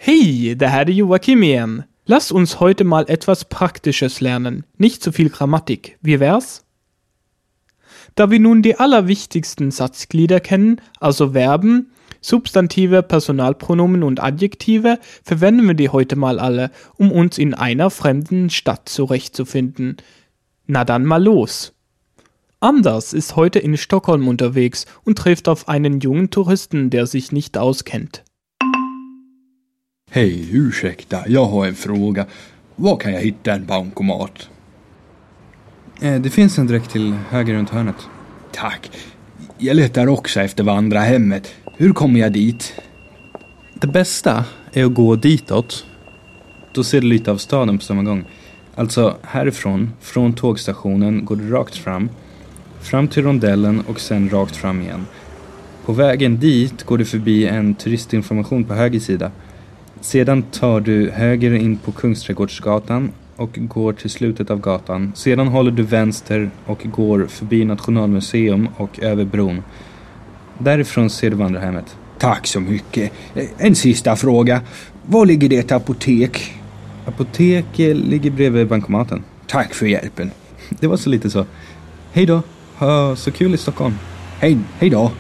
Hey, der Herr Joachim igen. Lass uns heute mal etwas Praktisches lernen, nicht zu viel Grammatik. Wie wär's? Da wir nun die allerwichtigsten Satzglieder kennen, also Verben, Substantive, Personalpronomen und Adjektive, verwenden wir die heute mal alle, um uns in einer fremden Stadt zurechtzufinden. Na dann mal los! Anders ist heute in Stockholm unterwegs und trifft auf einen jungen Touristen, der sich nicht auskennt. Hej, ursäkta, jag har en fråga. Var kan jag hitta en bankomat? Det finns en direkt till höger runt hörnet. Tack. Jag letar också efter vandrarhemmet. Hur kommer jag dit? Det bästa är att gå ditåt. Då ser du lite av staden på samma gång. Alltså härifrån, från tågstationen, går du rakt fram till rondellen och sen rakt fram igen. På vägen dit går du förbi en turistinformation på höger sida. Sedan tar du höger in på Kungsträdgårdsgatan och går till slutet av gatan. Sedan håller du vänster och går förbi Nationalmuseum och över bron. Därifrån ser du vandrarhemmet. Tack så mycket. En sista fråga. Var ligger det ett apotek? Apoteket ligger bredvid bankomaten. Tack för hjälpen. Det var så lite så. Hej då. Ha så kul i Stockholm. Hej då.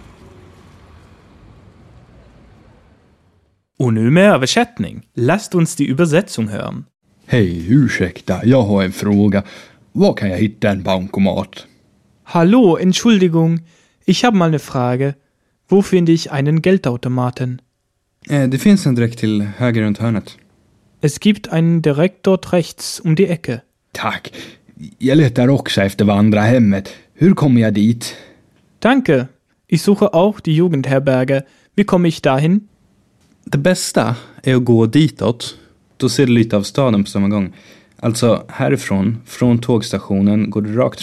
Und nu med översättning. Lasst uns die Übersetzung hören. Hej, ursäkta, jag har en fråga. Var kan jag hitta en bankomat? Hallo, Entschuldigung. Ich habe mal eine Frage. Wo finde ich einen Geldautomaten? Det finns en direkt till höger runt hörnet. Es gibt einen direkt dort rechts um die Ecke. Tack. Jag letar också efter vandrarhemmet. Hur kommer jag dit? Danke. Ich suche auch die Jugendherberge. Wie komme ich dahin? Det bästa är att gå ditåt. Då ser du lite av staden på samma gång. Alltså härifrån, från tågstationen, går du rakt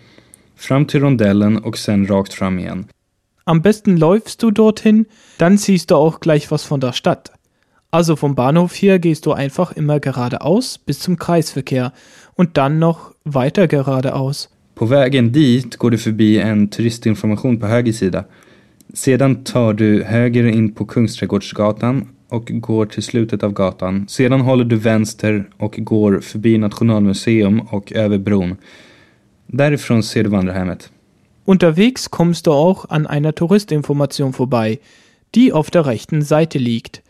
fram till rondellen och sen rakt fram igen. Am besten läufst du dorthin, dann siehst du auch gleich was von der Stadt. Also vom Bahnhof hier gehst du einfach immer geradeaus bis zum Kreisverkehr und dann noch weiter geradeaus. På vägen dit går du förbi en turistinformation på höger sida. Sedan tar du höger in på Kungsträdgårdsgatan och går till slutet av gatan. Sedan håller du vänster och går förbi Nationalmuseum och över bron. Därifrån ser du vandrarhemmet. Unterwegs kommst du auch an einer Touristinformation vorbei, die auf der rechten Seite liegt.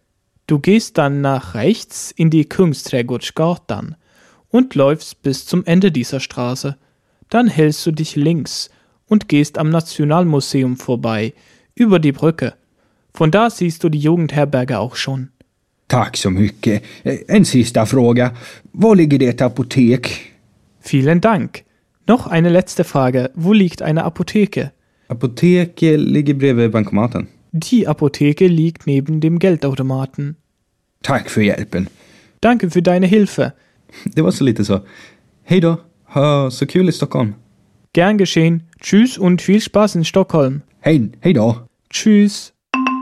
Du gehst dann nach rechts in die Kungsträdgårdsgatan und läufst bis zum Ende dieser Straße. Dann hältst du dich links und gehst am Nationalmuseum vorbei, über die Brücke. Von da siehst du die Jugendherberge auch schon. Tack så mycket. En sista fråga. Var ligger det ett apotek? Vielen Dank. Noch eine letzte Frage. Wo liegt eine Apotheke? Apoteket ligger bredvid bankomaten. Die Apotheke liegt neben dem Geldautomaten. Tack för hjälpen. Danke für deine Hilfe. Det var så lite så. Hej då. Ha så kul i Stockholm. Gern geschehen. Tschüss und viel Spaß in Stockholm. Hej då. Tschüss.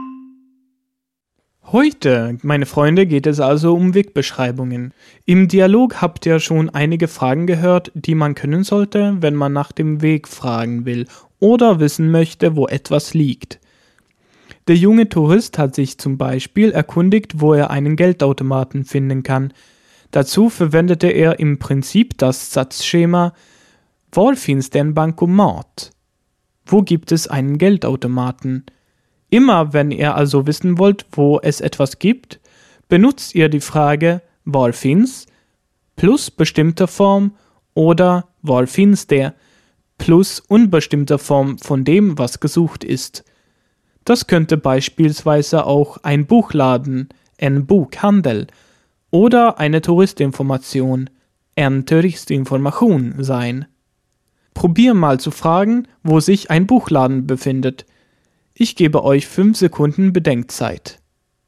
Heute, meine Freunde, geht es also um Wegbeschreibungen. Im Dialog habt ihr schon einige Fragen gehört, die man können sollte, wenn man nach dem Weg fragen will oder wissen möchte, wo etwas liegt. Der junge Tourist hat sich zum Beispiel erkundigt, wo er einen Geldautomaten finden kann. Dazu verwendete er im Prinzip das Satzschema Var finns det en bankomat? Wo gibt es einen Geldautomaten? Immer wenn ihr also wissen wollt, wo es etwas gibt, benutzt ihr die Frage Var finns plus bestimmter Form oder Var finns det plus unbestimmter Form von dem, was gesucht ist. Das könnte beispielsweise auch ein Buchladen, en Bokhandel oder eine Touristinformation, en Turistinformation sein. Probier mal zu fragen, wo sich ein Buchladen befindet. Ich gebe euch 5 Sekunden Bedenkzeit.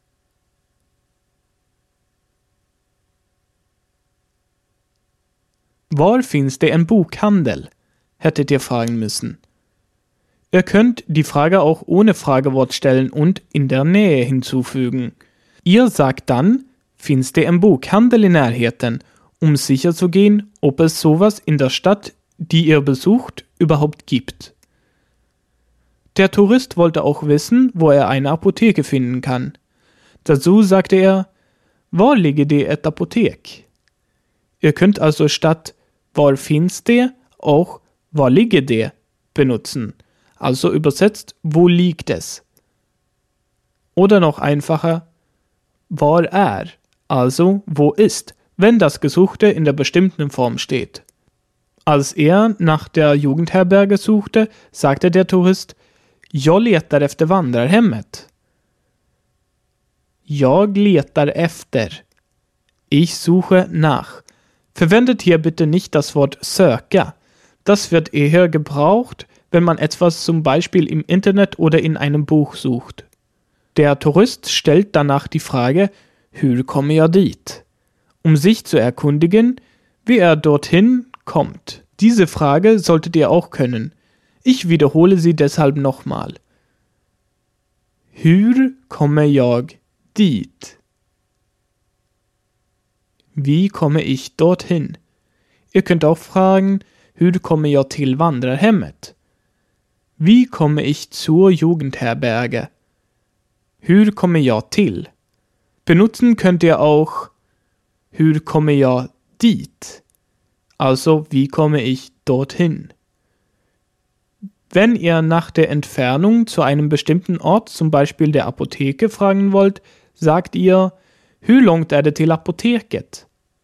Var finns det en Bokhandel? Hättet ihr fragen müssen. Ihr könnt die Frage auch ohne Fragewort stellen und in der Nähe hinzufügen. Ihr sagt dann, finns det en Bokhandel i närheten, um sicherzugehen, ob es sowas in der Stadt, die ihr besucht, überhaupt gibt. Der Tourist wollte auch wissen, wo er eine Apotheke finden kann. Dazu sagte er, var ligger det ett apotek? Ihr könnt also statt var finns det auch var ligger det benutzen. Also übersetzt, wo liegt es? Oder noch einfacher, var är, also wo ist, wenn das Gesuchte in der bestimmten Form steht. Als er nach der Jugendherberge suchte, sagte der Tourist, jag letar efter vandrarhemmet. Jag letar efter. Ich suche nach. Verwendet hier bitte nicht das Wort söka. Das wird eher gebraucht, wenn man etwas zum Beispiel im Internet oder in einem Buch sucht. Der Tourist stellt danach die Frage, hur kommer jag dit? Um sich zu erkundigen, wie er dorthin kommt. Diese Frage solltet ihr auch können. Ich wiederhole sie deshalb nochmal. Hur kommer jag dit? Wie komme ich dorthin? Ihr könnt auch fragen, hur kommer jag till vandrarhemmet? Wie komme ich zur Jugendherberge? Hur kommer jag till? Benutzen könnt ihr auch hur kommer jag dit? Also, wie komme ich dorthin? Wenn ihr nach der Entfernung zu einem bestimmten Ort, zum Beispiel der Apotheke, fragen wollt, sagt ihr, hur långt är det till apoteket?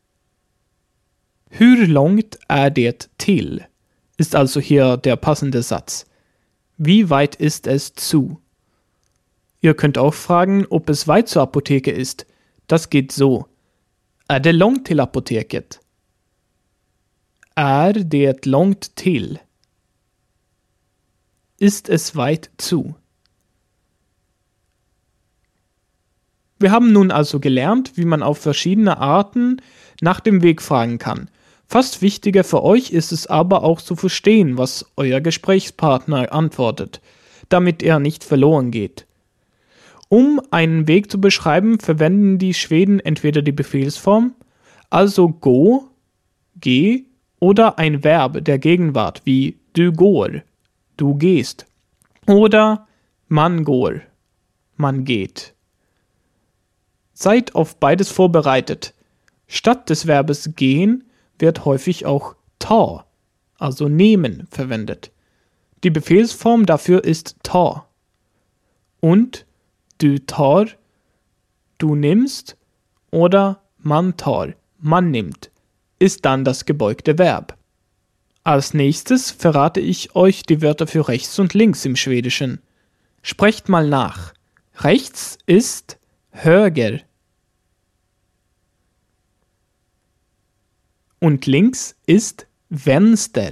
Hur långt är det till? Ist also hier der passende Satz. Wie weit ist es zu? Ihr könnt auch fragen, ob es weit zur Apotheke ist. Das geht so. Är det långt till apoteket? Är det långt till? Ist es weit zu? Wir haben nun also gelernt, wie man auf verschiedene Arten nach dem Weg fragen kann. Fast wichtiger für euch ist es aber auch zu verstehen, was euer Gesprächspartner antwortet, damit er nicht verloren geht. Um einen Weg zu beschreiben, verwenden die Schweden entweder die Befehlsform, also gå, geh, oder ein Verb der Gegenwart wie du går, du gehst, oder man går, man geht. Seid auf beides vorbereitet. Statt des Verbes gehen wird häufig auch ta, also nehmen, verwendet. Die Befehlsform dafür ist ta. Und du tar, du nimmst, oder man tar, man nimmt, ist dann das gebeugte Verb. Als nächstes verrate ich euch die Wörter für rechts und links im Schwedischen. Sprecht mal nach. Rechts ist höger. Und links ist vänster.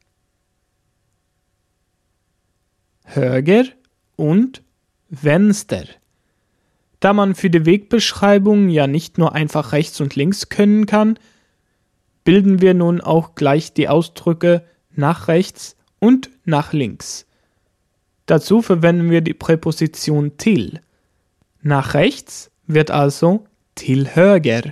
Höger und vänster. Da man für die Wegbeschreibung ja nicht nur einfach rechts und links können kann, bilden wir nun auch gleich die Ausdrücke nach rechts und nach links. Dazu verwenden wir die Präposition till. Nach rechts wird also till höger.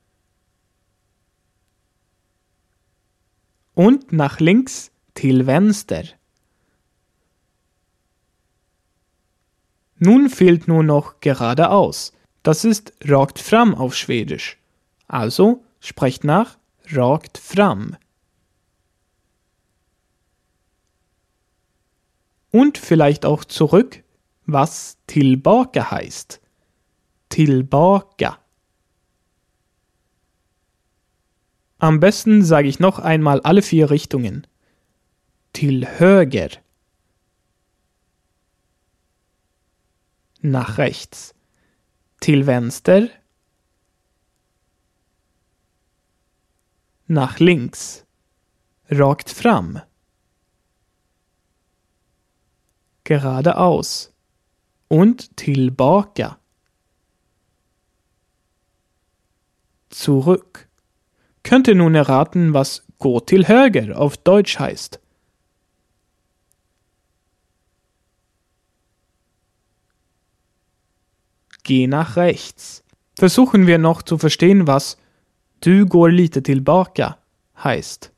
Und nach links till vänster. Nun fehlt nur noch geradeaus. Das ist rakt fram auf Schwedisch. Also sprecht nach rakt fram. Und vielleicht auch zurück, was tillbaka heißt. Tillbaka. Am besten sage ich noch einmal alle 4 Richtungen. Till höger. Nach rechts. Till vänster. Nach links. Rakt fram. Geradeaus. Und tillbaka. Zurück. Könnt ihr nun erraten, was gå till höger auf Deutsch heißt? Geh nach rechts. Versuchen wir noch zu verstehen, was du går lite tillbaka heißt.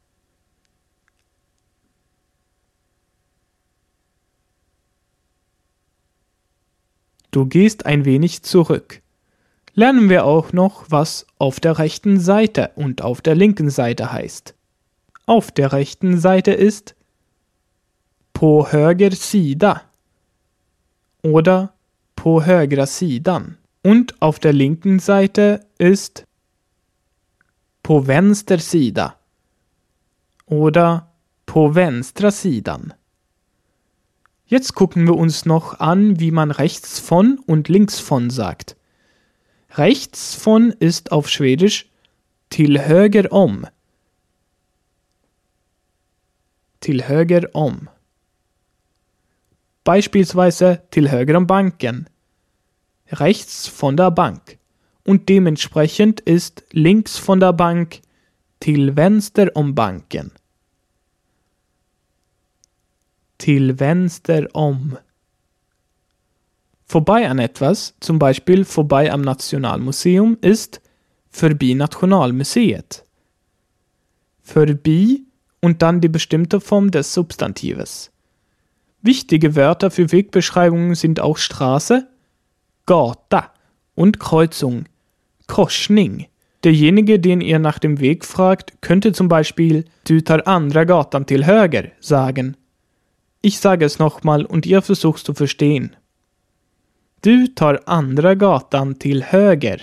Du gehst ein wenig zurück. lernen wir auch noch, was auf der rechten Seite und auf der linken Seite heißt. Auf der rechten Seite ist på höger sida oder på högra sidan. Und auf der linken Seite ist på vänster sida oder på vänstra sidan. Jetzt gucken wir uns noch an, wie man rechts von und links von sagt. Rechts von ist auf Schwedisch till höger om. Till höger om. Beispielsweise till höger om banken. Rechts von der Bank. Und dementsprechend ist links von der Bank till vänster om banken. Till vänster om. Vorbei an etwas, zum Beispiel vorbei am Nationalmuseum, ist förbi Nationalmuseet. Förbi und dann die bestimmte Form des Substantives. Wichtige Wörter für Wegbeschreibungen sind auch Straße, Gata und Kreuzung, Korsning. Derjenige, den ihr nach dem Weg fragt, könnte zum Beispiel Du tar andra gatan till höger sagen. Ich sage es nochmal und ihr versucht zu verstehen. Du tar andra gatan till höger.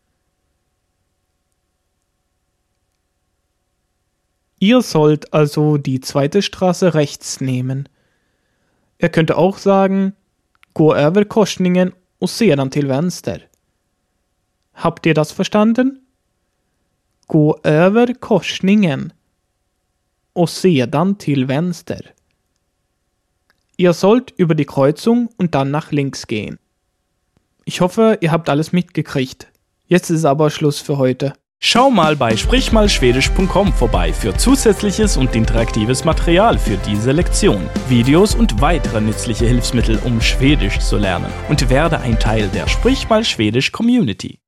Ihr sollt also die zweite Straße rechts nehmen. Er könnte auch sagen, gå över korsningen och sedan till vänster. Habt ihr das verstanden? Gå över korsningen och sedan till vänster. Ihr sollt über die Kreuzung und dann nach links gehen. Ich hoffe, ihr habt alles mitgekriegt. Jetzt ist aber Schluss für heute. Schau mal bei sprichmalschwedisch.com vorbei für zusätzliches und interaktives Material für diese Lektion, Videos und weitere nützliche Hilfsmittel, um Schwedisch zu lernen und werde ein Teil der Sprich mal Schwedisch Community.